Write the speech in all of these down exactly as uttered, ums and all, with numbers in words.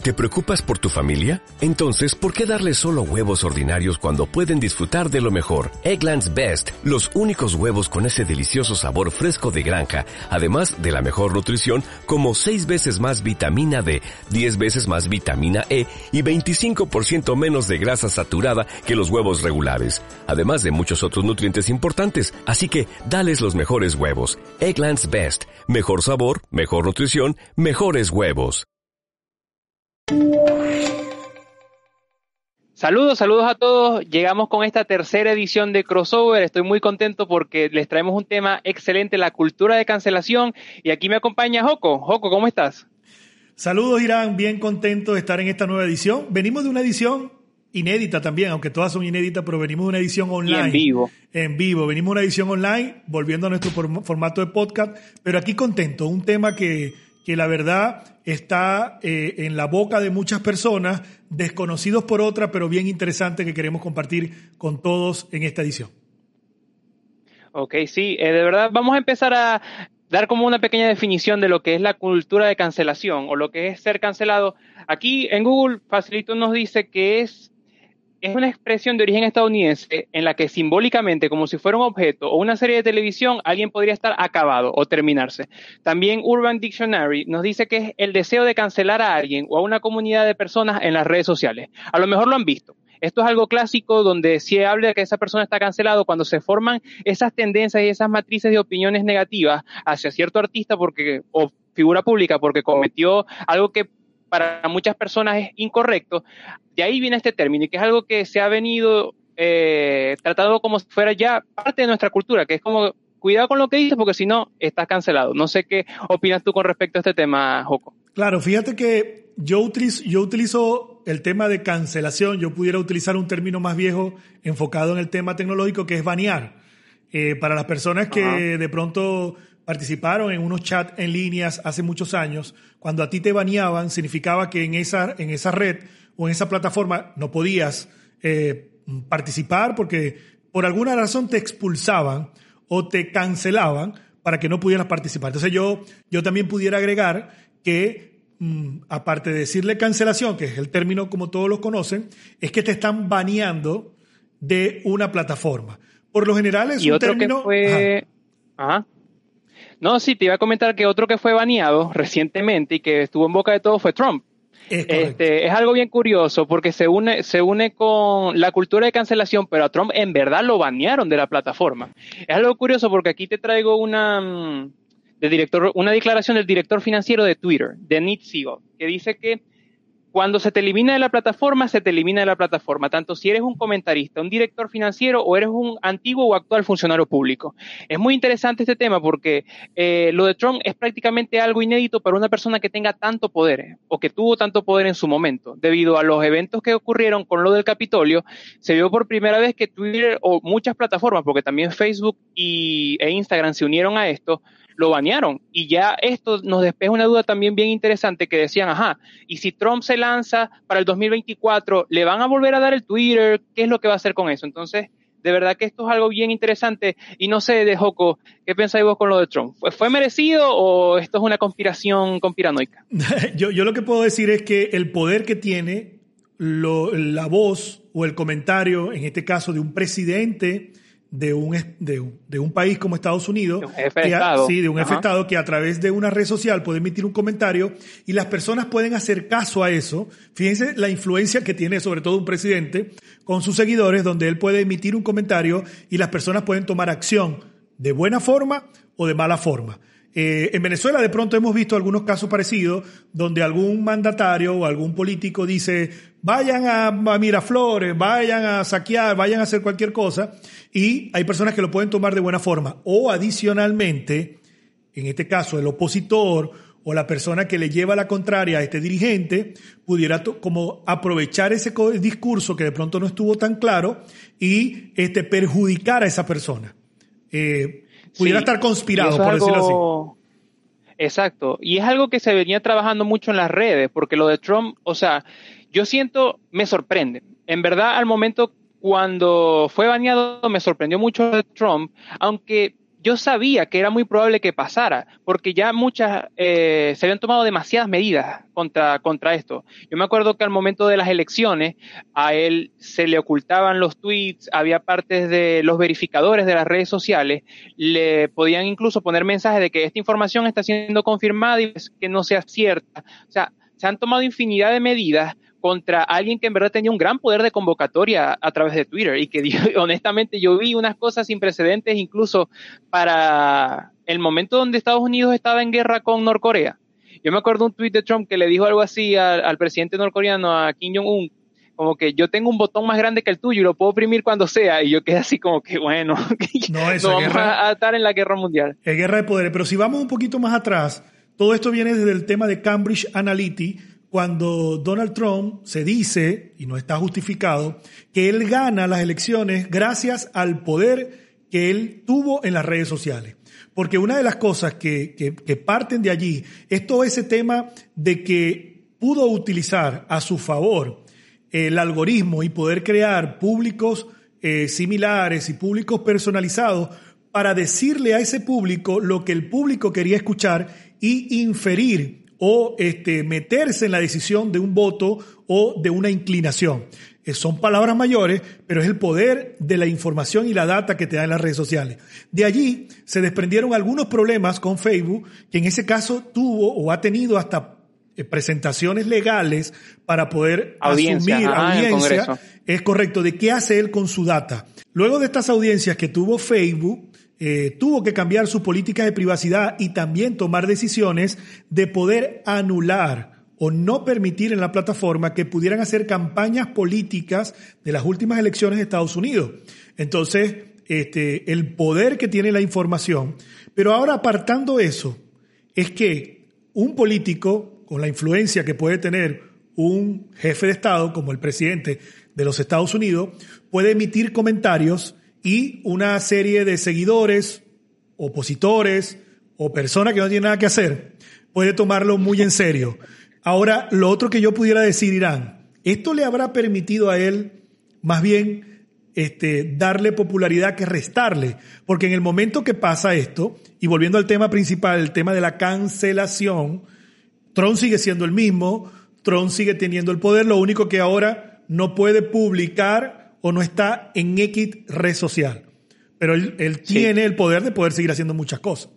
¿Te preocupas por tu familia? Entonces, ¿por qué darles solo huevos ordinarios cuando pueden disfrutar de lo mejor? Eggland's Best, los únicos huevos con ese delicioso sabor fresco de granja, además de la mejor nutrición, como seis veces más vitamina D, diez veces más vitamina E y veinticinco por ciento menos de grasa saturada que los huevos regulares, además de muchos otros nutrientes importantes. Así que, dales los mejores huevos. Eggland's Best, mejor sabor, mejor nutrición, mejores huevos. Saludos, saludos a todos. Llegamos con esta tercera edición de Crossover. Estoy muy contento porque les traemos un tema excelente, la cultura de cancelación. Y aquí me acompaña Joko. Joko, ¿cómo estás? Saludos, Irán. Bien contento de estar en esta nueva edición. Venimos de una edición inédita también, aunque todas son inéditas, pero venimos de una edición online. Y en vivo. En vivo. Venimos de una edición online, volviendo a nuestro formato de podcast. Pero aquí contento. Un tema que... que la verdad está eh, en la boca de muchas personas, desconocidos por otra, pero bien interesante, que queremos compartir con todos en esta edición. Ok, sí, eh, de verdad vamos a empezar a dar como una pequeña definición de lo que es la cultura de cancelación o lo que es ser cancelado. Aquí en Google Facilito nos dice que es Es una expresión de origen estadounidense en la que simbólicamente, como si fuera un objeto o una serie de televisión, alguien podría estar acabado o terminarse. También Urban Dictionary nos dice que es el deseo de cancelar a alguien o a una comunidad de personas en las redes sociales. A lo mejor lo han visto. Esto es algo clásico donde se habla de que esa persona está cancelado cuando se forman esas tendencias y esas matrices de opiniones negativas hacia cierto artista porque o figura pública porque cometió algo que para muchas personas es incorrecto. De ahí viene este término y que es algo que se ha venido eh, tratado como si fuera ya parte de nuestra cultura, que es como, cuidado con lo que dices porque si no, estás cancelado. No sé qué opinas tú con respecto a este tema, Joko. Claro, fíjate que yo utilizo, yo utilizo el tema de cancelación, yo pudiera utilizar un término más viejo enfocado en el tema tecnológico que es banear. Eh, para las personas que Ajá. de pronto participaron en unos chats en líneas hace muchos años, cuando a ti te baneaban, significaba que en esa, en esa red o en esa plataforma no podías eh, participar porque por alguna razón te expulsaban o te cancelaban para que no pudieras participar. Entonces yo, yo también pudiera agregar que, mmm, aparte de decirle cancelación, que es el término como todos lo conocen, es que te están baneando de una plataforma. Por lo general es y un otro término... Que fue... Ajá. Ajá. No, sí, te iba a comentar que otro que fue baneado recientemente y que estuvo en boca de todos fue Trump. Es, este, es algo bien curioso porque se une, se une con la cultura de cancelación, pero a Trump en verdad lo banearon de la plataforma. Es algo curioso porque aquí te traigo una, de director, una declaración del director financiero de Twitter, de Nate Siegel, que dice que cuando se te elimina de la plataforma, se te elimina de la plataforma, tanto si eres un comentarista, un director financiero o eres un antiguo o actual funcionario público. Es muy interesante este tema porque eh, lo de Trump es prácticamente algo inédito para una persona que tenga tanto poder eh, o que tuvo tanto poder en su momento. Debido a los eventos que ocurrieron con lo del Capitolio, se vio por primera vez que Twitter o muchas plataformas, porque también Facebook y, e Instagram se unieron a esto, lo banearon. Y ya esto nos despeja una duda también bien interesante que decían, ajá, y si Trump se lanza para el dos mil veinticuatro, ¿le van a volver a dar el Twitter? ¿Qué es lo que va a hacer con eso? Entonces, de verdad que esto es algo bien interesante. Y no sé, de Joko, ¿qué pensáis vos con lo de Trump? ¿Fue, fue merecido o esto es una conspiración conspiranoica? yo, yo lo que puedo decir es que el poder que tiene lo, la voz o el comentario, en este caso de un presidente de un, de, un, de un país como Estados Unidos, de un jefe de de Estado. Sí, de un jefe de Ajá. Estado que a través de una red social puede emitir un comentario y las personas pueden hacer caso a eso. Fíjense la influencia que tiene sobre todo un presidente con sus seguidores, donde él puede emitir un comentario y las personas pueden tomar acción de buena forma o de mala forma. Eh, en Venezuela de pronto hemos visto algunos casos parecidos donde algún mandatario o algún político dice vayan a, a Miraflores, vayan a saquear, vayan a hacer cualquier cosa y hay personas que lo pueden tomar de buena forma o adicionalmente, en este caso el opositor o la persona que le lleva la contraria a este dirigente pudiera to- como aprovechar ese co- discurso que de pronto no estuvo tan claro y este, perjudicar a esa persona. Eh, Pudiera sí, estar conspirado, por decirlo algo... así. Exacto. Y es algo que se venía trabajando mucho en las redes, porque lo de Trump, o sea, yo siento, me sorprende. En verdad, al momento cuando fue baneado, me sorprendió mucho lo de Trump, aunque yo sabía que era muy probable que pasara, porque ya muchas, eh, se habían tomado demasiadas medidas contra, contra esto. Yo me acuerdo que al momento de las elecciones, a él se le ocultaban los tweets, había partes de los verificadores de las redes sociales, le podían incluso poner mensajes de que esta información está siendo confirmada y que no sea cierta. O sea, se han tomado infinidad de medidas contra alguien que en verdad tenía un gran poder de convocatoria a través de Twitter y que honestamente yo vi unas cosas sin precedentes incluso para el momento donde Estados Unidos estaba en guerra con Norcorea. Yo me acuerdo un tweet de Trump que le dijo algo así al, al presidente norcoreano, a Kim Jong-un, como que yo tengo un botón más grande que el tuyo y lo puedo oprimir cuando sea, y yo quedé así como que bueno, no, eso no es vamos guerra, a estar en la guerra mundial. Es guerra de poderes, pero si vamos un poquito más atrás, todo esto viene desde el tema de Cambridge Analytica, cuando Donald Trump se dice, y no está justificado, que él gana las elecciones gracias al poder que él tuvo en las redes sociales. Porque una de las cosas que, que, que parten de allí es todo ese tema de que pudo utilizar a su favor el algoritmo y poder crear públicos eh, similares y públicos personalizados para decirle a ese público lo que el público quería escuchar y inferir o este, meterse en la decisión de un voto o de una inclinación. Eh, son palabras mayores, pero es el poder de la información y la data que te dan las redes sociales. De allí se desprendieron algunos problemas con Facebook, que en ese caso tuvo o ha tenido hasta eh, presentaciones legales para poder audiencia, asumir ajá, audiencia. Es correcto, de qué hace él con su data. Luego de estas audiencias que tuvo Facebook, Eh, tuvo que cambiar su política de privacidad y también tomar decisiones de poder anular o no permitir en la plataforma que pudieran hacer campañas políticas de las últimas elecciones de Estados Unidos. Entonces, este, el poder que tiene la información. Pero ahora, apartando eso, es que un político con la influencia que puede tener un jefe de Estado, como el presidente de los Estados Unidos, puede emitir comentarios y una serie de seguidores, opositores o personas que no tienen nada que hacer, puede tomarlo muy en serio. Ahora, lo otro que yo pudiera decir, Irán, ¿esto le habrá permitido a él más bien este, darle popularidad que restarle? Porque en el momento que pasa esto, y volviendo al tema principal, el tema de la cancelación, Trump sigue siendo el mismo, Trump sigue teniendo el poder, lo único que ahora no puede publicar o no está en X red social. Pero él, él tiene sí. el poder de poder seguir haciendo muchas cosas.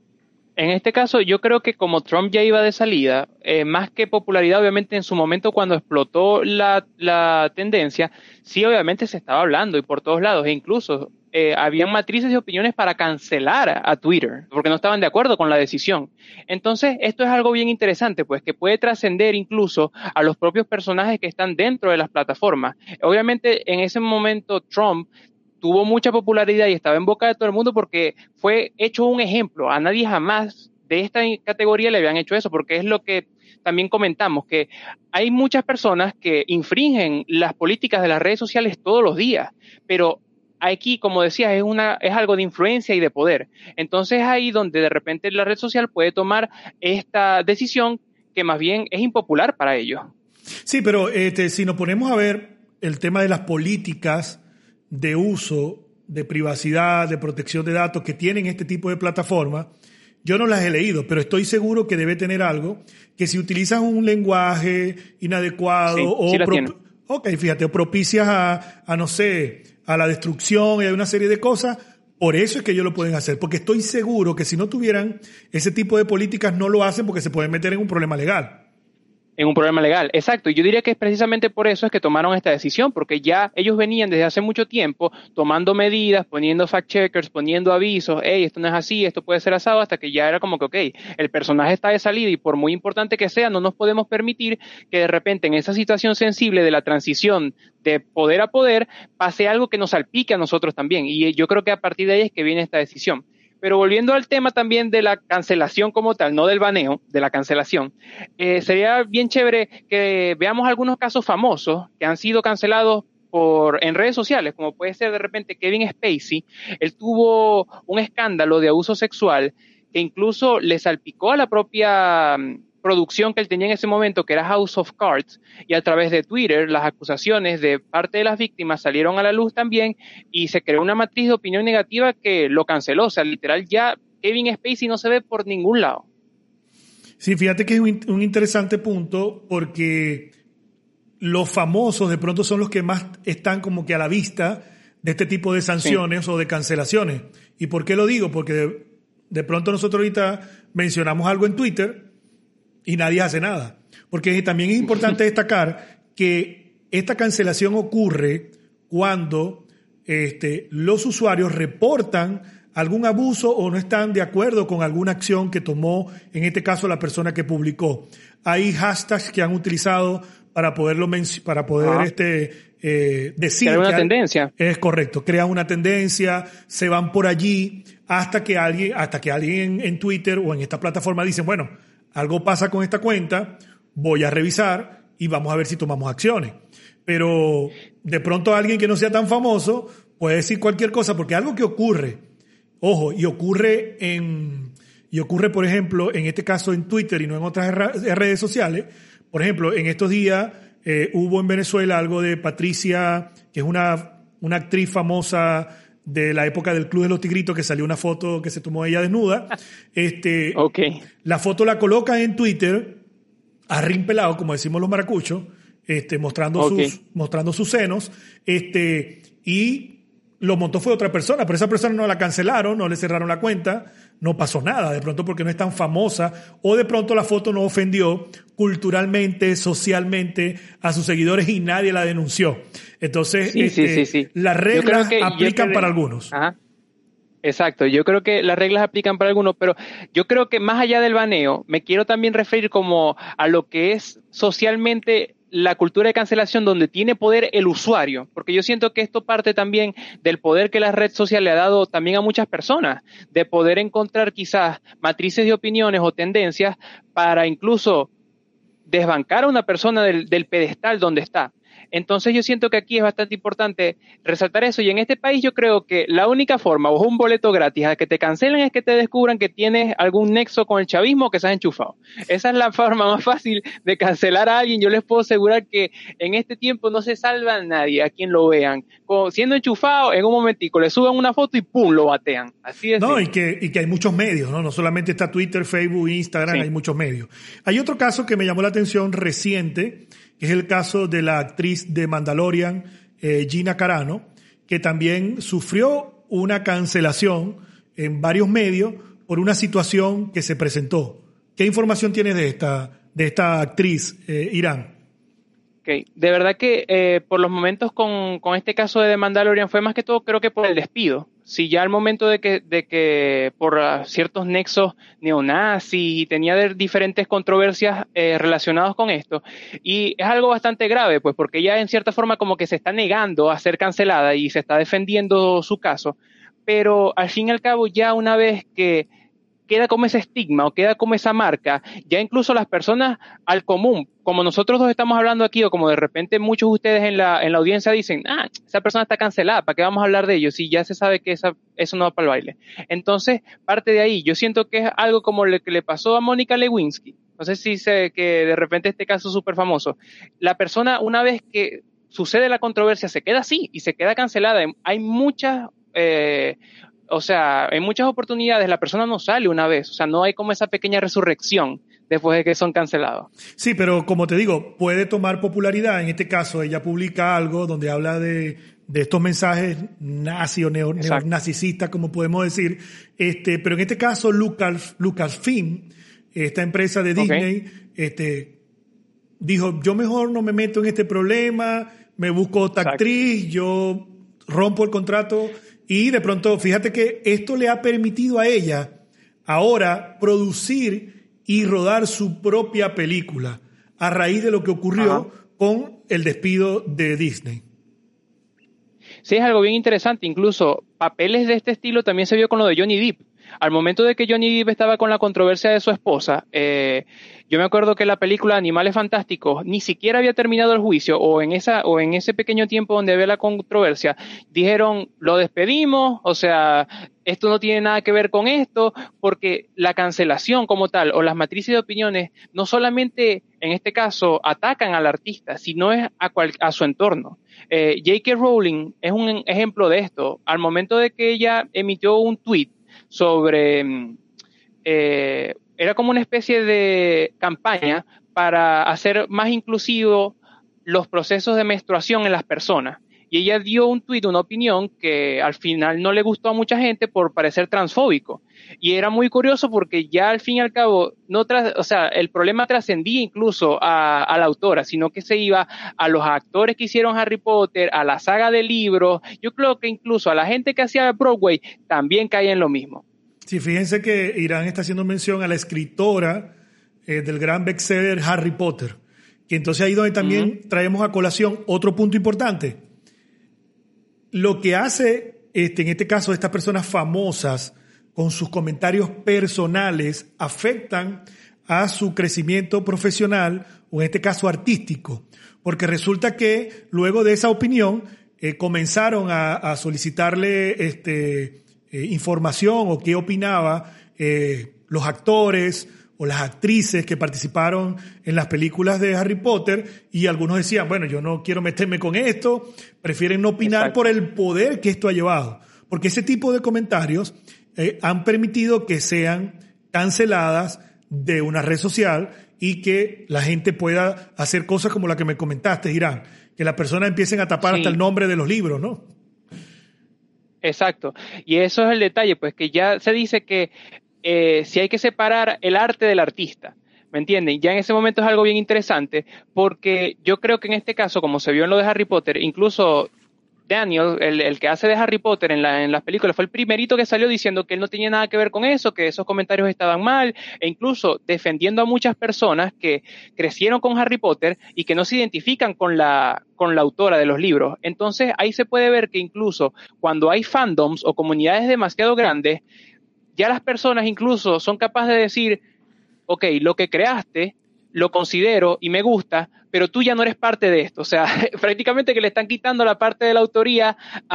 En este caso, yo creo que como Trump ya iba de salida, eh, más que popularidad, obviamente en su momento cuando explotó la, la tendencia, sí obviamente se estaba hablando y por todos lados, e incluso eh, habían matrices de opiniones para cancelar a, a Twitter, porque no estaban de acuerdo con la decisión. Entonces, esto es algo bien interesante, pues que puede trascender incluso a los propios personajes que están dentro de las plataformas. Obviamente, en ese momento, Trump tuvo mucha popularidad y estaba en boca de todo el mundo porque fue hecho un ejemplo. A nadie jamás de esta categoría le habían hecho eso, porque es lo que también comentamos, que hay muchas personas que infringen las políticas de las redes sociales todos los días, pero aquí, como decías, es una, es algo de influencia y de poder. Entonces ahí donde de repente la red social puede tomar esta decisión que más bien es impopular para ellos. Sí, pero este, si nos ponemos a ver el tema de las políticas de uso, de privacidad, de protección de datos que tienen este tipo de plataformas, yo no las he leído, pero estoy seguro que debe tener algo que si utilizas un lenguaje inadecuado sí, o, sí pro, okay, fíjate, o propicias a, a, no sé, a la destrucción y a una serie de cosas, por eso es que ellos lo pueden hacer, porque estoy seguro que si no tuvieran ese tipo de políticas no lo hacen porque se pueden meter en un problema legal. En un problema legal, exacto. Y yo diría que es precisamente por eso es que tomaron esta decisión, porque ya ellos venían desde hace mucho tiempo tomando medidas, poniendo fact-checkers, poniendo avisos, hey, esto no es así, esto puede ser asado, hasta que ya era como que, ok, el personaje está de salida y por muy importante que sea, no nos podemos permitir que de repente en esa situación sensible de la transición de poder a poder pase algo que nos salpique a nosotros también. Y yo creo que a partir de ahí es que viene esta decisión. Pero volviendo al tema también de la cancelación como tal, no del baneo, de la cancelación, eh, sería bien chévere que veamos algunos casos famosos que han sido cancelados por en redes sociales, como puede ser de repente Kevin Spacey. Él tuvo un escándalo de abuso sexual que incluso le salpicó a la propia producción que él tenía en ese momento, que era House of Cards, y a través de Twitter las acusaciones de parte de las víctimas salieron a la luz también, y se creó una matriz de opinión negativa que lo canceló. O sea, literal ya Kevin Spacey no se ve por ningún lado. Sí, fíjate que es un, un interesante punto, porque los famosos de pronto son los que más están como que a la vista de este tipo de sanciones, sí, o de cancelaciones. ¿Y por qué lo digo? Porque de, de pronto nosotros ahorita mencionamos algo en Twitter y nadie hace nada. Porque también es importante destacar que esta cancelación ocurre cuando este, los usuarios reportan algún abuso o no están de acuerdo con alguna acción que tomó, en este caso, la persona que publicó. Hay hashtags que han utilizado para poderlo para poder este eh, decir crear una que tendencia. Es correcto, crean una tendencia, se van por allí hasta que alguien, hasta que alguien en, en Twitter o en esta plataforma dice, bueno, algo pasa con esta cuenta, voy a revisar y vamos a ver si tomamos acciones. Pero de pronto alguien que no sea tan famoso puede decir cualquier cosa, porque algo que ocurre, ojo, y ocurre en, y ocurre por ejemplo en este caso en Twitter y no en otras redes sociales. Por ejemplo, en estos días eh, hubo en Venezuela algo de Patricia, que es una, una actriz famosa de la época del Club de los Tigritos, que salió una foto que se tomó ella desnuda. Este, okay. La foto la coloca en Twitter, arrimpelado, como decimos los maracuchos, este, mostrando, okay. sus, mostrando sus senos, este, y lo montó fue otra persona, pero esa persona no la cancelaron, no le cerraron la cuenta, no pasó nada, de pronto porque no es tan famosa, o de pronto la foto no ofendió culturalmente, socialmente a sus seguidores y nadie la denunció. Entonces, sí, este, sí, sí, sí. las reglas que, aplican que, para algunos. Ajá. Exacto, yo creo que las reglas aplican para algunos, pero yo creo que más allá del baneo, me quiero también referir como a lo que es socialmente la cultura de cancelación, donde tiene poder el usuario, porque yo siento que esto parte también del poder que la red social le ha dado también a muchas personas, de poder encontrar quizás matrices de opiniones o tendencias para incluso desbancar a una persona del, del pedestal donde está. Entonces yo siento que aquí es bastante importante resaltar eso, y en este país yo creo que la única forma, o un boleto gratis a que te cancelen, es que te descubran que tienes algún nexo con el chavismo, que se has enchufado. Esa es la forma más fácil de cancelar a alguien. Yo les puedo asegurar que en este tiempo no se salva a nadie, a quien lo vean. Como siendo enchufado, en un momentico le suben una foto y ¡pum!, lo batean. Así es. No, y que, y que hay muchos medios, ¿no? No solamente está Twitter, Facebook, Instagram, sí. Hay muchos medios. Hay otro caso que me llamó la atención reciente, que es el caso de la actriz de Mandalorian, eh, Gina Carano, que también sufrió una cancelación en varios medios por una situación que se presentó. ¿Qué información tienes de esta, de esta actriz, eh, Irán? Okay. De verdad que eh, por los momentos con, con este caso de The Mandalorian fue más que todo creo que por el despido. Si ya al momento de que, de que por uh, ciertos nexos neonazis y tenía de diferentes controversias eh, relacionadas con esto, y es algo bastante grave, pues porque ella en cierta forma como que se está negando a ser cancelada y se está defendiendo su caso, pero al fin y al cabo ya una vez que queda como ese estigma o queda como esa marca, ya incluso las personas al común, como nosotros dos estamos hablando aquí, o como de repente muchos de ustedes en la, en la audiencia dicen, ah, esa persona está cancelada, ¿para qué vamos a hablar de ellos? Si ya se sabe que esa, eso no va para el baile. Entonces, parte de ahí, yo siento que es algo como lo que le pasó a Mónica Lewinsky. No sé si sé que de repente este caso es súper famoso. La persona, una vez que sucede la controversia, se queda así y se queda cancelada. Hay muchas... Eh, O sea, en muchas oportunidades la persona no sale una vez, o sea, no hay como esa pequeña resurrección después de que son cancelados. Sí, pero como te digo, puede tomar popularidad. En este caso, ella publica algo donde habla de, de estos mensajes nazi o neo, neonazicistas, como podemos decir. Este, pero en este caso, Lucas, Lucasfilm, esta empresa de Disney, okay. este, dijo, yo mejor no me meto en este problema, me busco otra Exacto. actriz, yo rompo el contrato. Y de pronto, fíjate que esto le ha permitido a ella ahora producir y rodar su propia película a raíz de lo que ocurrió Ajá. con el despido de Disney. Sí, es algo bien interesante. Incluso papeles de este estilo también se vio con lo de Johnny Depp. Al momento de que Johnny Depp estaba con la controversia de su esposa, eh, yo me acuerdo que la película Animales Fantásticos ni siquiera había terminado el juicio, o en esa, o en ese pequeño tiempo donde había la controversia, dijeron, lo despedimos, o sea, esto no tiene nada que ver con esto, porque la cancelación como tal, o las matrices de opiniones, no solamente en este caso atacan al artista, sino es a, cual, a su entorno. Eh, J K. Rowling es un ejemplo de esto. Al momento de que ella emitió un tweet sobre... Eh, era como una especie de campaña para hacer más inclusivo los procesos de menstruación en las personas. Y ella dio un tuit, una opinión que al final no le gustó a mucha gente por parecer transfóbico. Y era muy curioso porque ya al fin y al cabo, no tras, o sea, el problema trascendía incluso a, a la autora, sino que se iba a los actores que hicieron Harry Potter, a la saga de libros. Yo creo que incluso a la gente que hacía Broadway también caía en lo mismo. Sí, fíjense que Irán está haciendo mención a la escritora eh, del gran bestseller Harry Potter, que entonces ahí donde también uh-huh. traemos a colación otro punto importante. Lo que hace, este, en este caso, estas personas famosas con sus comentarios personales afectan a su crecimiento profesional o en este caso artístico, porque resulta que luego de esa opinión eh, comenzaron a, a solicitarle este Eh, información o qué opinaba eh, los actores o las actrices que participaron en las películas de Harry Potter, y algunos decían, bueno, yo no quiero meterme con esto, prefieren no opinar. Exacto. Por el poder que esto ha llevado, porque ese tipo de comentarios eh, han permitido que sean canceladas de una red social y que la gente pueda hacer cosas como la que me comentaste, Irán, que las personas empiecen a tapar sí. hasta el nombre de los libros, ¿no? Exacto, y eso es el detalle, pues que ya se dice que eh, si hay que separar el arte del artista, ¿me entienden? Ya en ese momento es algo bien interesante, porque yo creo que en este caso, como se vio en lo de Harry Potter, incluso Daniel, el, el que hace de Harry Potter en, la, en las películas, fue el primerito que salió diciendo que él no tenía nada que ver con eso, que esos comentarios estaban mal, e incluso defendiendo a muchas personas que crecieron con Harry Potter y que no se identifican con la, con la autora de los libros. Entonces ahí se puede ver que incluso cuando hay fandoms o comunidades demasiado grandes, ya las personas incluso son capaces de decir, ok, lo que creaste lo considero y me gusta, pero tú ya no eres parte de esto. O sea, prácticamente que le están quitando la parte de la autoría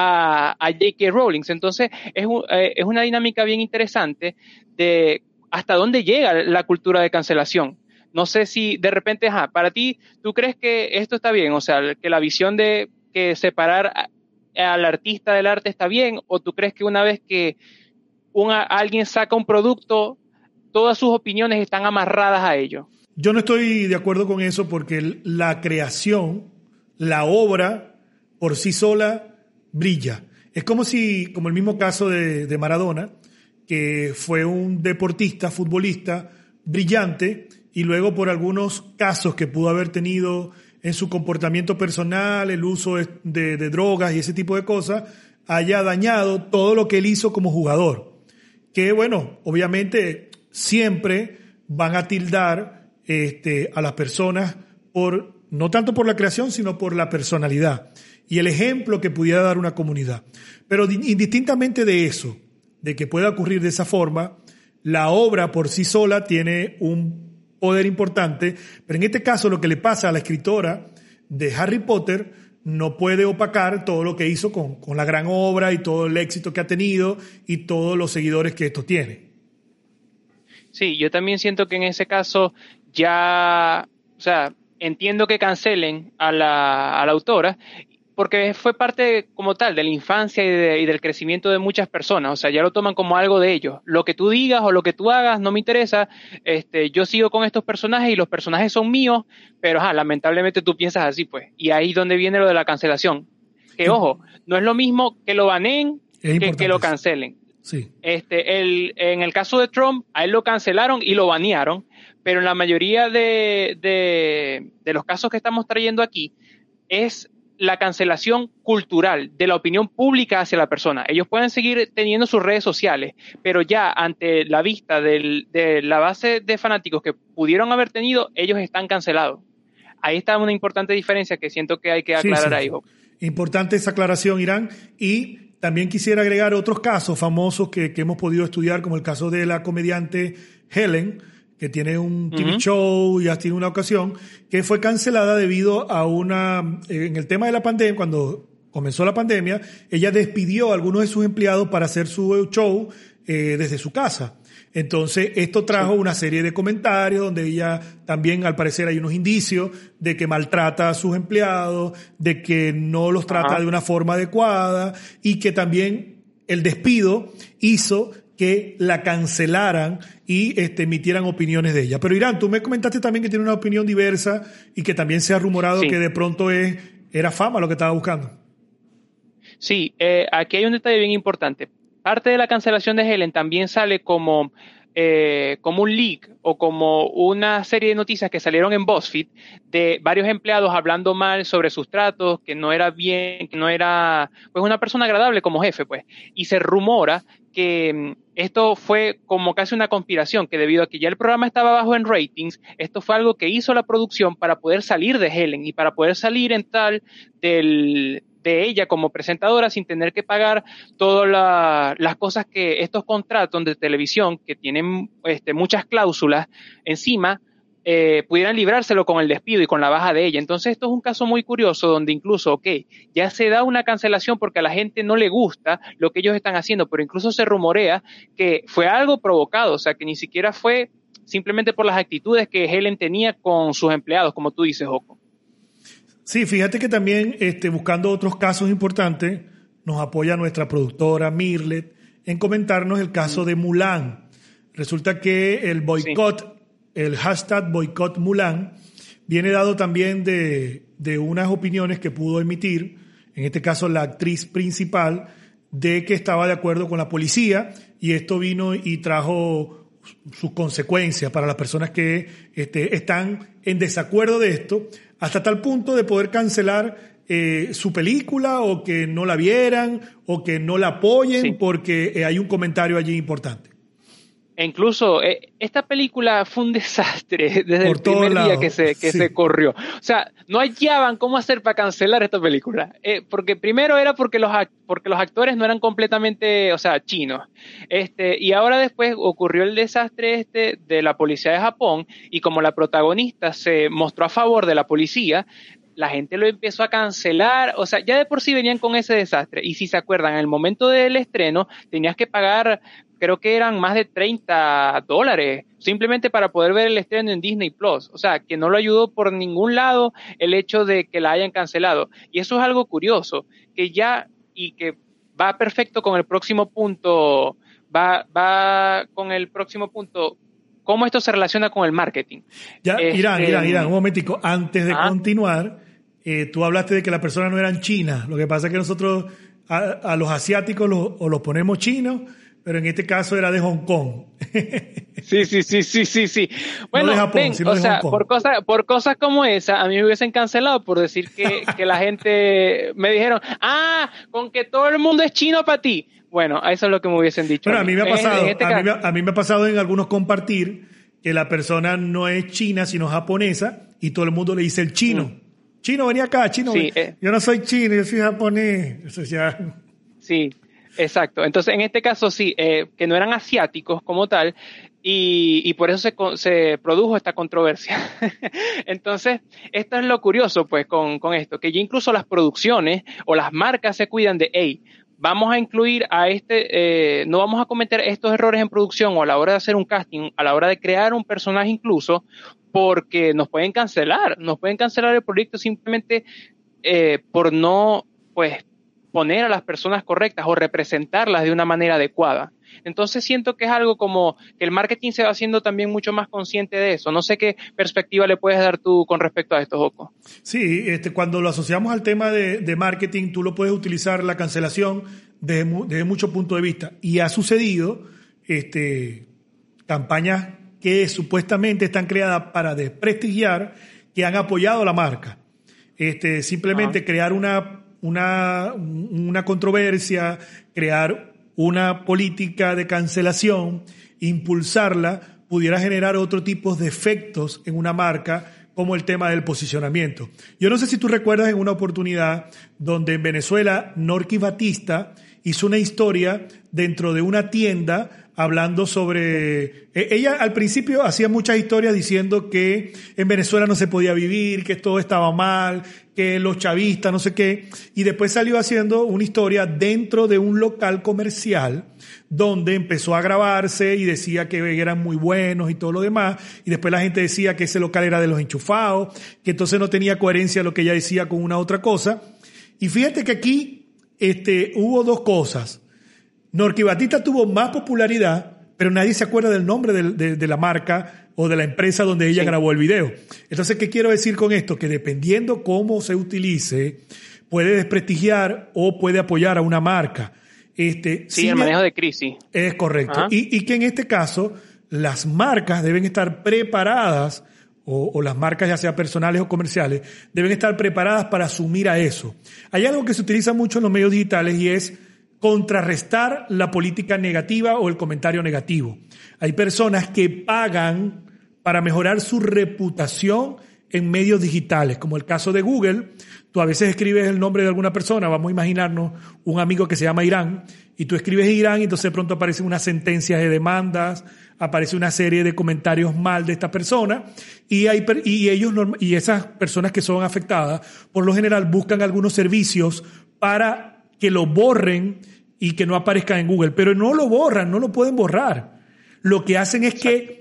a, a J K. Rowling. Entonces, es, un, eh, es una dinámica bien interesante de hasta dónde llega la cultura de cancelación. No sé si de repente, ajá, para ti, ¿tú crees que esto está bien? O sea, que la visión de que separar a, al artista del arte está bien, o tú crees que una vez que una, alguien saca un producto, todas sus opiniones están amarradas a ello? Yo no estoy de acuerdo con eso, porque la creación, la obra por sí sola brilla. Es como si, como el mismo caso de, de Maradona, que fue un deportista, futbolista brillante, y luego por algunos casos que pudo haber tenido en su comportamiento personal, el uso de, de, de drogas y ese tipo de cosas, haya dañado todo lo que él hizo como jugador. Que bueno, obviamente siempre van a tildar Este, a las personas por, no tanto por la creación, sino por la personalidad y el ejemplo que pudiera dar una comunidad. Pero indistintamente de eso, de que pueda ocurrir de esa forma, la obra por sí sola tiene un poder importante, pero en este caso lo que le pasa a la escritora de Harry Potter no puede opacar todo lo que hizo con, con la gran obra y todo el éxito que ha tenido y todos los seguidores que esto tiene. Sí, yo también siento que en ese caso ya, o sea, entiendo que cancelen a la, a la autora, porque fue parte como tal de la infancia y, de, y del crecimiento de muchas personas. O sea, ya lo toman como algo de ellos. Lo que tú digas o lo que tú hagas no me interesa. Este, yo sigo con estos personajes y los personajes son míos, pero ajá, lamentablemente tú piensas así, pues. Y ahí es donde viene lo de la cancelación. Que, ojo, no es lo mismo que lo baneen que, que lo cancelen. Sí. Este, el, en el caso de Trump, a él lo cancelaron y lo banearon, pero en la mayoría de, de, de los casos que estamos trayendo aquí, es la cancelación cultural de la opinión pública hacia la persona. Ellos pueden seguir teniendo sus redes sociales, pero ya ante la vista del, de la base de fanáticos que pudieron haber tenido, ellos están cancelados. Ahí está una importante diferencia que siento que hay que aclarar sí, sí, ahí. Sí. Importante esa aclaración, Irán. Y también quisiera agregar otros casos famosos que, que hemos podido estudiar, como el caso de la comediante Helen, que tiene un T V uh-huh. show y ha tenido una ocasión, que fue cancelada debido a una, en el tema de la pandemia, cuando comenzó la pandemia, ella despidió a algunos de sus empleados para hacer su show eh, desde su casa. Entonces, esto trajo sí. una serie de comentarios donde ella también, al parecer, hay unos indicios de que maltrata a sus empleados, de que no los trata Ajá. de una forma adecuada y que también el despido hizo que la cancelaran y este, emitieran opiniones de ella. Pero Irán, tú me comentaste también que tiene una opinión diversa y que también se ha rumorado sí. que de pronto es, era fama lo que estaba buscando. Sí, eh, aquí hay un detalle bien importante. Parte de la cancelación de Helen también sale como, eh, como un leak o como una serie de noticias que salieron en BuzzFeed de varios empleados hablando mal sobre sus tratos, que no era bien, que no era pues una persona agradable como jefe, pues. Y se rumora que esto fue como casi una conspiración, que debido a que ya el programa estaba bajo en ratings, esto fue algo que hizo la producción para poder salir de Helen y para poder salir en tal del... de ella como presentadora sin tener que pagar todas la, las cosas que estos contratos de televisión que tienen este, muchas cláusulas encima eh, pudieran librárselo con el despido y con la baja de ella. Entonces esto es un caso muy curioso donde incluso, ok, ya se da una cancelación porque a la gente no le gusta lo que ellos están haciendo, pero incluso se rumorea que fue algo provocado, o sea que ni siquiera fue simplemente por las actitudes que Helen tenía con sus empleados, como tú dices, Joco. Sí, fíjate que también este, buscando otros casos importantes, nos apoya nuestra productora Mirlet en comentarnos el caso de Mulan. Resulta que el boicot, sí. el hashtag boicot Mulan, viene dado también de, de unas opiniones que pudo emitir, en este caso la actriz principal, de que estaba de acuerdo con la policía, y esto vino y trajo sus consecuencias para las personas que este, están en desacuerdo de esto, hasta tal punto de poder cancelar eh, su película o que no la vieran o que no la apoyen sí. porque eh, hay un comentario allí importante. E incluso eh, esta película fue un desastre desde Por el primer día lado. que, se, que sí. se corrió. O sea, no hallaban cómo hacer para cancelar esta película. Eh, porque primero era porque los, porque los actores no eran completamente, o sea, chinos. Este, y ahora después ocurrió el desastre este de la policía de Japón y como la protagonista se mostró a favor de la policía, la gente lo empezó a cancelar, o sea, ya de por sí venían con ese desastre. Y si se acuerdan, en el momento del estreno tenías que pagar, creo que eran más de treinta dólares, simplemente para poder ver el estreno en Disney Plus. O sea, que no lo ayudó por ningún lado el hecho de que la hayan cancelado. Y eso es algo curioso, que ya, y que va perfecto con el próximo punto, va, va con el próximo punto, cómo esto se relaciona con el marketing. Ya, este, Irán, Irán, Irán, un momentico, antes de ¿ah? continuar, eh, tú hablaste de que las personas no eran chinas, lo que pasa es que nosotros a, a los asiáticos los, o los ponemos chinos, pero en este caso era de Hong Kong. Sí, sí, sí, sí, sí, sí. Bueno, no de Japón, ven, sino o de sea, Hong Kong. por cosas, por cosas como esa, a mí me hubiesen cancelado por decir que, que la gente me dijeron, ah, con que todo el mundo es chino para ti. Bueno, eso es lo que me hubiesen dicho. Bueno, a mí me ha pasado, en este a, mí me, caso, a mí me ha pasado en algunos compartir que la persona no es china, sino japonesa, y todo el mundo le dice el chino. Mm. Chino, venía acá, chino. Sí, eh, yo no soy chino, yo soy japonés. Eso ya... Sí, exacto. Entonces, en este caso sí, eh, que no eran asiáticos como tal, y, y por eso se, se produjo esta controversia. Entonces, esto es lo curioso, pues, con, con esto, que ya incluso las producciones o las marcas se cuidan de, hey, vamos a incluir a este, eh, no vamos a cometer estos errores en producción o a la hora de hacer un casting, a la hora de crear un personaje incluso, porque nos pueden cancelar, nos pueden cancelar el proyecto simplemente eh, por no, pues, poner a las personas correctas o representarlas de una manera adecuada. Entonces siento que es algo como que el marketing se va haciendo también mucho más consciente de eso. No sé qué perspectiva le puedes dar tú con respecto a esto, Joco. Sí, este, cuando lo asociamos al tema de, de marketing, tú lo puedes utilizar la cancelación desde, desde muchos puntos de vista. Y ha sucedido este, campañas que supuestamente están creadas para desprestigiar, que han apoyado la marca. Este, simplemente Ajá. crear una Una, una controversia, crear una política de cancelación, impulsarla, pudiera generar otro tipo de efectos en una marca como el tema del posicionamiento. Yo no sé si tú recuerdas en una oportunidad donde en Venezuela Norqui Batista hizo una historia dentro de una tienda hablando sobre... Ella al principio hacía muchas historias diciendo que en Venezuela no se podía vivir, que todo estaba mal, que los chavistas, no sé qué, y después salió haciendo una historia dentro de un local comercial donde empezó a grabarse y decía que eran muy buenos y todo lo demás, y después la gente decía que ese local era de los enchufados, que entonces no tenía coherencia lo que ella decía con una otra cosa. Y fíjate que aquí este, hubo dos cosas. Norqui Batista tuvo más popularidad, pero nadie se acuerda del nombre de, de, de la marca o de la empresa donde ella sí. grabó el video. Entonces, ¿qué quiero decir con esto? Que dependiendo cómo se utilice, puede desprestigiar o puede apoyar a una marca. Este, sí, el manejo de crisis. Es correcto. Y, y que en este caso, las marcas deben estar preparadas, o, o las marcas ya sea personales o comerciales, deben estar preparadas para asumir a eso. Hay algo que se utiliza mucho en los medios digitales y es contrarrestar la política negativa o el comentario negativo. Hay personas que pagan para mejorar su reputación en medios digitales, como el caso de Google. Tú a veces escribes el nombre de alguna persona, vamos a imaginarnos un amigo que se llama Irán, y tú escribes Irán y entonces de pronto aparecen unas sentencias de demandas, aparece una serie de comentarios mal de esta persona, y, hay, y, ellos, y esas personas que son afectadas, por lo general buscan algunos servicios para que lo borren y que no aparezca en Google, pero no lo borran, no lo pueden borrar. Lo que hacen es que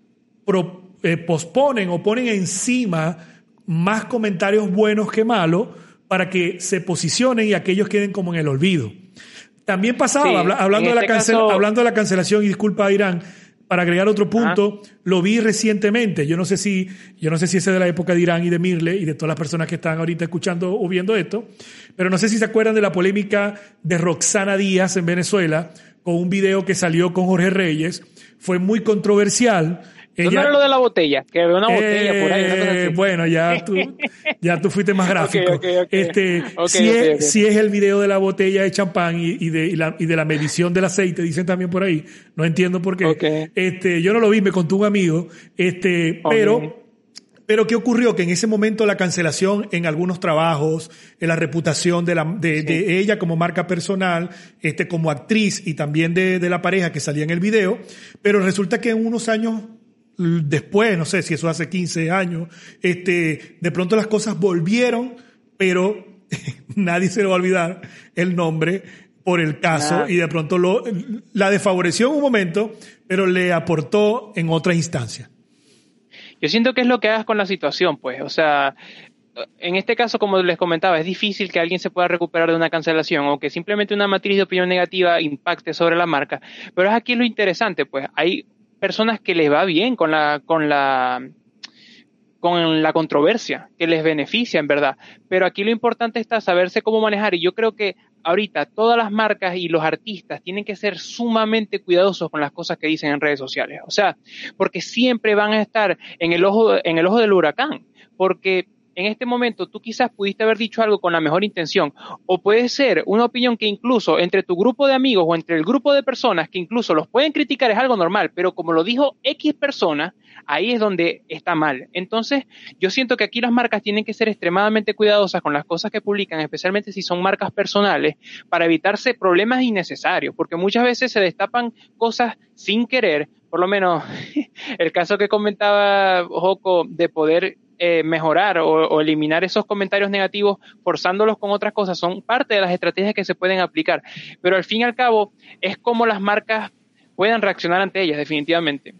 pro, eh, posponen o ponen encima más comentarios buenos que malos para que se posicionen y aquellos queden como en el olvido. También pasaba, sí, habla, hablando, de la este cancel, caso... hablando de la cancelación, y disculpa Irán, para agregar otro punto, ah. lo vi recientemente. Yo no sé si, yo no sé si ese es de la época de Irán y de Mirle y de todas las personas que están ahorita escuchando o viendo esto, pero no sé si se acuerdan de la polémica de Roxana Díaz en Venezuela con un video que salió con Jorge Reyes. Fue muy controversial. Ella, ¿no era lo de la botella? Que había una botella eh, por ahí. Una cosa así. Bueno, ya tú, ya tú fuiste más gráfico. Okay, okay, okay. Este, okay, si, okay, es, okay. si es el video de la botella de champán y, y, de, y, la, y de la medición del aceite, dicen también por ahí. No entiendo por qué. Okay. Este, yo no lo vi, me contó un amigo. Este, okay. pero, pero ¿qué ocurrió? Que en ese momento la cancelación en algunos trabajos, en la reputación de la, de, sí. de ella como marca personal, este, como actriz y también de, de la pareja que salía en el video, pero resulta que en unos años después, no sé si eso hace quince años, este, de pronto las cosas volvieron, pero nadie se le va a olvidar el nombre por el caso nah. y de pronto lo, la desfavoreció en un momento, pero le aportó en otra instancia. Yo siento que es lo que hagas con la situación, pues, o sea, en este caso, como les comentaba, es difícil que alguien se pueda recuperar de una cancelación o que simplemente una matriz de opinión negativa impacte sobre la marca, pero es aquí lo interesante, pues, hay personas que les va bien con la con la con la controversia, que les beneficia en verdad, pero aquí lo importante está saberse cómo manejar, y yo creo que ahorita todas las marcas y los artistas tienen que ser sumamente cuidadosos con las cosas que dicen en redes sociales, o sea, porque siempre van a estar en el ojo en el ojo del huracán, porque en este momento tú quizás pudiste haber dicho algo con la mejor intención, o puede ser una opinión que incluso entre tu grupo de amigos o entre el grupo de personas que incluso los pueden criticar es algo normal, pero como lo dijo X persona, ahí es donde está mal. Entonces, yo siento que aquí las marcas tienen que ser extremadamente cuidadosas con las cosas que publican, especialmente si son marcas personales, para evitarse problemas innecesarios, porque muchas veces se destapan cosas sin querer, por lo menos el caso que comentaba Joco de poder Eh, mejorar o, o eliminar esos comentarios negativos forzándolos con otras cosas son parte de las estrategias que se pueden aplicar, pero al fin y al cabo es como las marcas puedan reaccionar ante ellas definitivamente.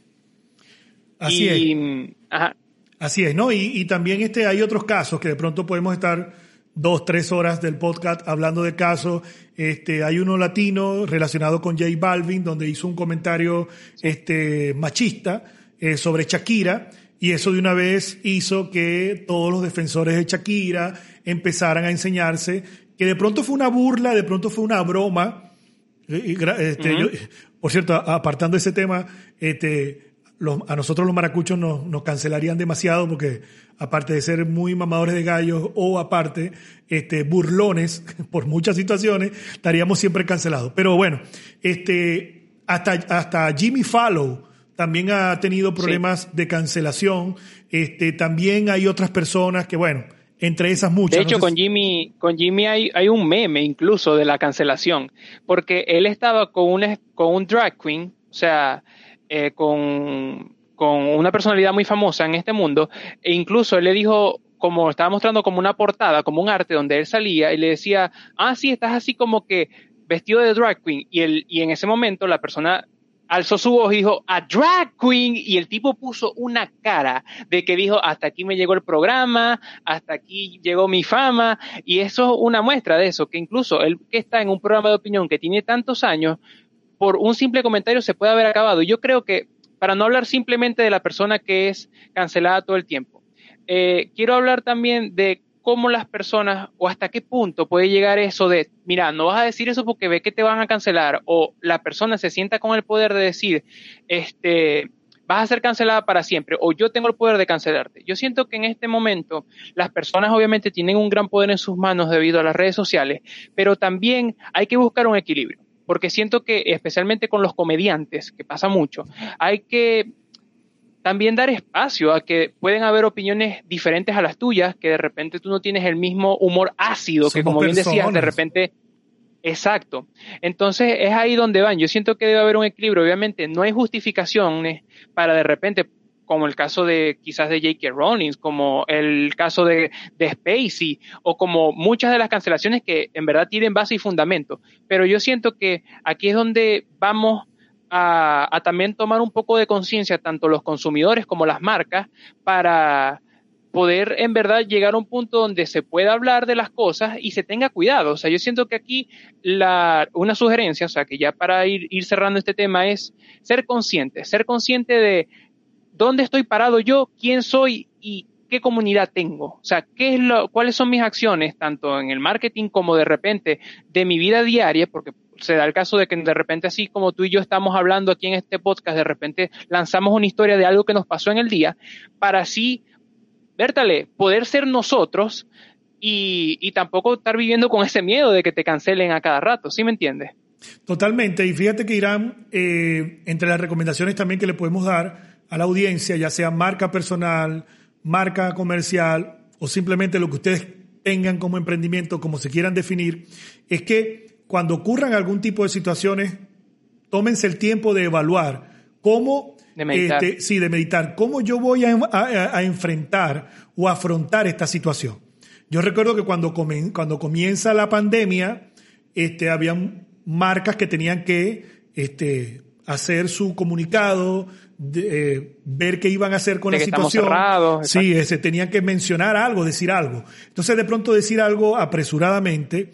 Así y, es. Ajá. Así es, ¿no? Y, y también este hay otros casos que de pronto podemos estar dos, tres horas del podcast hablando de casos. Este, hay uno latino relacionado con J Balvin donde hizo un comentario este machista eh, sobre Shakira. Y eso de una vez hizo que todos los defensores de Shakira empezaran a enseñarse que de pronto fue una burla, de pronto fue una broma. Este, uh-huh. yo, por cierto, apartando ese tema, este, los, a nosotros los maracuchos nos, nos cancelarían demasiado porque aparte de ser muy mamadores de gallos o aparte este, burlones por muchas situaciones, estaríamos siempre cancelados. Pero bueno, este, hasta, hasta Jimmy Fallon también ha tenido problemas sí. de cancelación. Este, también hay otras personas que, bueno, entre esas muchas. De hecho, no sé con si... Jimmy, con Jimmy hay, hay un meme incluso de la cancelación, porque él estaba con un, con un drag queen, o sea, eh, con, con una personalidad muy famosa en este mundo, e incluso él le dijo, como estaba mostrando como una portada, como un arte donde él salía, y le decía, ah, sí, estás así como que vestido de drag queen, y, el, y en ese momento la persona alzó su voz y dijo, a drag queen, y el tipo puso una cara de que dijo, hasta aquí me llegó el programa, hasta aquí llegó mi fama, y eso es una muestra de eso, que incluso él que está en un programa de opinión que tiene tantos años, por un simple comentario se puede haber acabado. Y yo creo que, para no hablar simplemente de la persona que es cancelada todo el tiempo, eh, quiero hablar también de cómo las personas, o hasta qué punto puede llegar eso de, mira, no vas a decir eso porque ves que te van a cancelar, o la persona se sienta con el poder de decir, este, vas a ser cancelada para siempre, o yo tengo el poder de cancelarte. Yo siento que en este momento las personas obviamente tienen un gran poder en sus manos debido a las redes sociales, pero también hay que buscar un equilibrio, porque siento que especialmente con los comediantes, que pasa mucho, hay que también dar espacio a que pueden haber opiniones diferentes a las tuyas, que de repente tú no tienes el mismo humor ácido, Somos que como personas. Bien decías, de repente, exacto. Entonces es ahí donde van. Yo siento que debe haber un equilibrio. Obviamente no hay justificaciones para de repente, como el caso de quizás de J K. Rowling, como el caso de, de Spacey, o como muchas de las cancelaciones que en verdad tienen base y fundamento. Pero yo siento que aquí es donde vamos A, a también tomar un poco de conciencia, tanto los consumidores como las marcas, para poder en verdad llegar a un punto donde se pueda hablar de las cosas y se tenga cuidado. O sea, yo siento que aquí la, una sugerencia, o sea, que ya para ir, ir cerrando este tema, es ser consciente, ser consciente de dónde estoy parado yo, quién soy y qué comunidad tengo. O sea, qué es lo, cuáles son mis acciones, tanto en el marketing como de repente de mi vida diaria, porque se da el caso de que de repente, así como tú y yo estamos hablando aquí en este podcast, de repente lanzamos una historia de algo que nos pasó en el día, para así, vértale, poder ser nosotros y, y tampoco estar viviendo con ese miedo de que te cancelen a cada rato, ¿sí me entiendes? Totalmente, y fíjate que Irán, eh, entre las recomendaciones también que le podemos dar a la audiencia, ya sea marca personal, marca comercial o simplemente lo que ustedes tengan como emprendimiento, como se quieran definir, es que cuando ocurran algún tipo de situaciones, tómense el tiempo de evaluar cómo, de meditar. Este, sí, de meditar, cómo yo voy a, a, a enfrentar o afrontar esta situación. Yo recuerdo que cuando, comen, cuando comienza la pandemia, este, había marcas que tenían que este, hacer su comunicado, de, eh, ver qué iban a hacer con de la que situación. Estamos cerrados, sí, ese, tenían que mencionar algo, decir algo. Entonces, de pronto decir algo apresuradamente,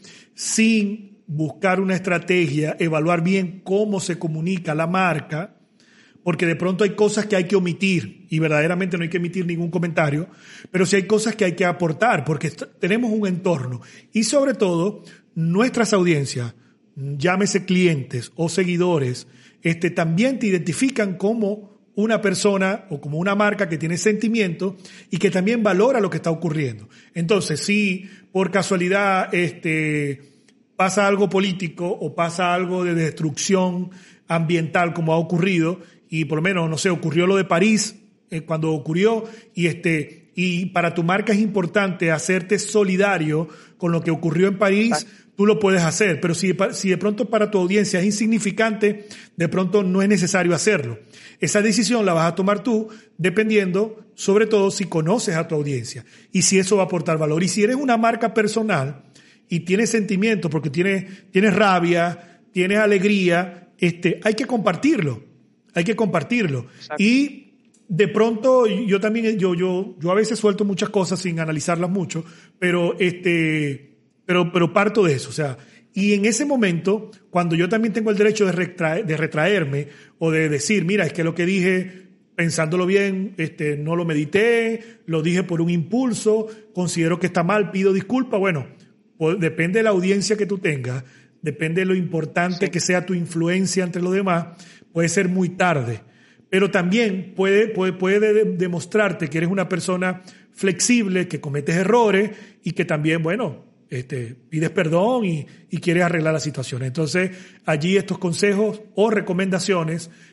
sin buscar una estrategia, evaluar bien cómo se comunica la marca, porque de pronto hay cosas que hay que omitir y verdaderamente no hay que emitir ningún comentario, pero sí hay cosas que hay que aportar porque tenemos un entorno y sobre todo nuestras audiencias, llámese clientes o seguidores, este, también te identifican como una persona o como una marca que tiene sentimiento y que también valora lo que está ocurriendo. Entonces, si por casualidad este pasa algo político o pasa algo de destrucción ambiental como ha ocurrido, y por lo menos, no sé, ocurrió lo de París, eh, cuando ocurrió, y este y para tu marca es importante hacerte solidario con lo que ocurrió en París, tú lo puedes hacer, pero si, si de pronto para tu audiencia es insignificante, de pronto no es necesario hacerlo. Esa decisión la vas a tomar tú, dependiendo, sobre todo, si conoces a tu audiencia y si eso va a aportar valor. Y si eres una marca personal y tienes sentimientos, porque tienes, tienes rabia, tienes alegría, este, hay que compartirlo, hay que compartirlo. Exacto. Y de pronto yo también, yo, yo, yo a veces suelto muchas cosas sin analizarlas mucho, pero este, pero, pero parto de eso, o sea, y en ese momento, cuando yo también tengo el derecho de, retraer, de retraerme o de decir, mira, es que lo que dije, pensándolo bien, este, no lo medité, lo dije por un impulso, considero que está mal, pido disculpas, bueno, pues depende de la audiencia que tú tengas, depende de lo importante sí. que sea tu influencia entre los demás, puede ser muy tarde. Pero también puede, puede, puede demostrarte que eres una persona flexible, que cometes errores y que también, bueno, este, pides perdón y, y quieres arreglar la situación. Entonces, allí estos consejos o recomendaciones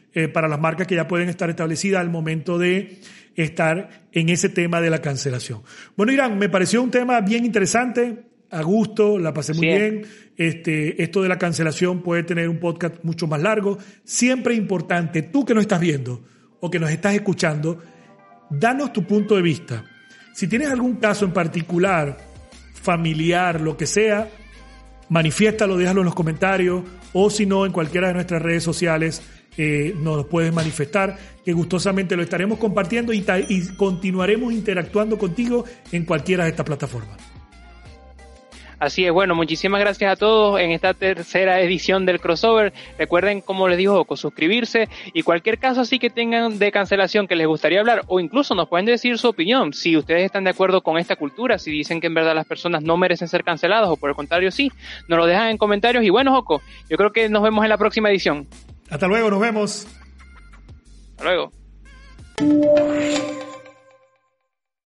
eh, para las marcas que ya pueden estar establecidas al momento de estar en ese tema de la cancelación. Bueno, Irán, me pareció un tema bien interesante, a gusto, la pasé muy sí. bien. Este, esto de la cancelación puede tener un podcast mucho más largo. Siempre es importante, tú que nos estás viendo o que nos estás escuchando, danos tu punto de vista. Si tienes algún caso en particular, familiar, lo que sea, manifiéstalo, déjalo en los comentarios, o si no, en cualquiera de nuestras redes sociales eh, nos lo puedes manifestar, que gustosamente lo estaremos compartiendo y, ta- y continuaremos interactuando contigo en cualquiera de estas plataformas. Así es, bueno, muchísimas gracias a todos en esta tercera edición del crossover. Recuerden, como les dijo Joco, suscribirse y cualquier caso así que tengan de cancelación que les gustaría hablar, o incluso nos pueden decir su opinión, si ustedes están de acuerdo con esta cultura, si dicen que en verdad las personas no merecen ser canceladas o por el contrario sí, nos lo dejan en comentarios. Y bueno, Joco, yo creo que nos vemos en la próxima edición. Hasta luego, nos vemos. Hasta luego.